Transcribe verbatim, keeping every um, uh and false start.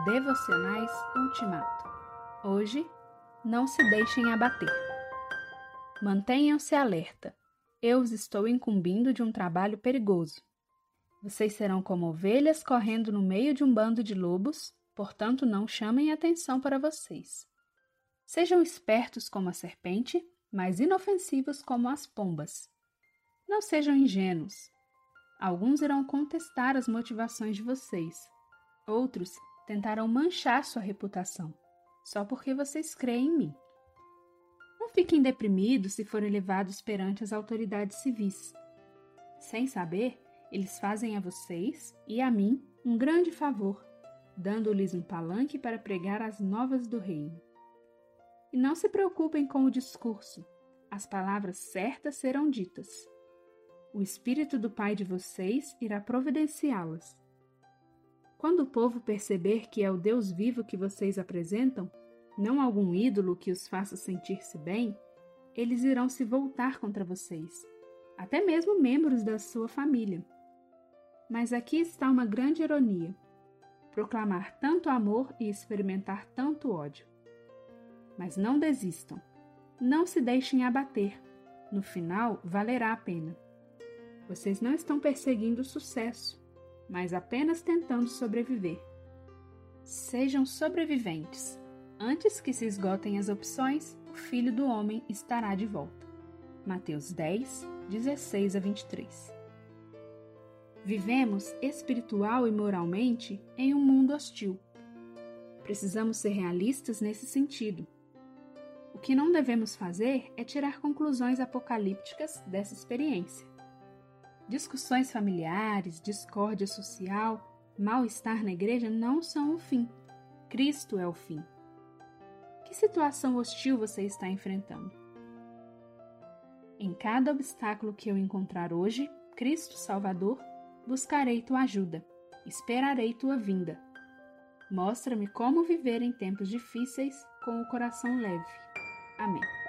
Devocionais Ultimato. Hoje, não se deixem abater. Mantenham-se alerta. Eu os estou incumbindo de um trabalho perigoso. Vocês serão como ovelhas correndo no meio de um bando de lobos, portanto não chamem atenção para vocês. Sejam espertos como a serpente, mas inofensivos como as pombas. Não sejam ingênuos. Alguns irão contestar as motivações de vocês. Outros tentarão manchar sua reputação, só porque vocês creem em mim. Não fiquem deprimidos se forem levados perante as autoridades civis. Sem saber, eles fazem a vocês e a mim um grande favor, dando-lhes um palanque para pregar as novas do reino. E não se preocupem com o discurso, as palavras certas serão ditas. O Espírito do Pai de vocês irá providenciá-las. Quando o povo perceber que é o Deus vivo que vocês apresentam, não algum ídolo que os faça sentir-se bem, eles irão se voltar contra vocês, até mesmo membros da sua família. Mas aqui está uma grande ironia: proclamar tanto amor e experimentar tanto ódio. Mas não desistam, não se deixem abater, no final valerá a pena. Vocês não estão perseguindo o sucesso, mas apenas tentando sobreviver. Sejam sobreviventes. Antes que se esgotem as opções, o Filho do Homem estará de volta. Mateus dez, dezesseis a vinte e três. Vivemos espiritual e moralmente em um mundo hostil. Precisamos ser realistas nesse sentido. O que não devemos fazer é tirar conclusões apocalípticas dessa experiência. Discussões familiares, discórdia social, mal-estar na igreja não são o fim. Cristo é o fim. Que situação hostil você está enfrentando? Em cada obstáculo que eu encontrar hoje, Cristo Salvador, buscarei tua ajuda, esperarei tua vinda. Mostra-me como viver em tempos difíceis com o coração leve. Amém.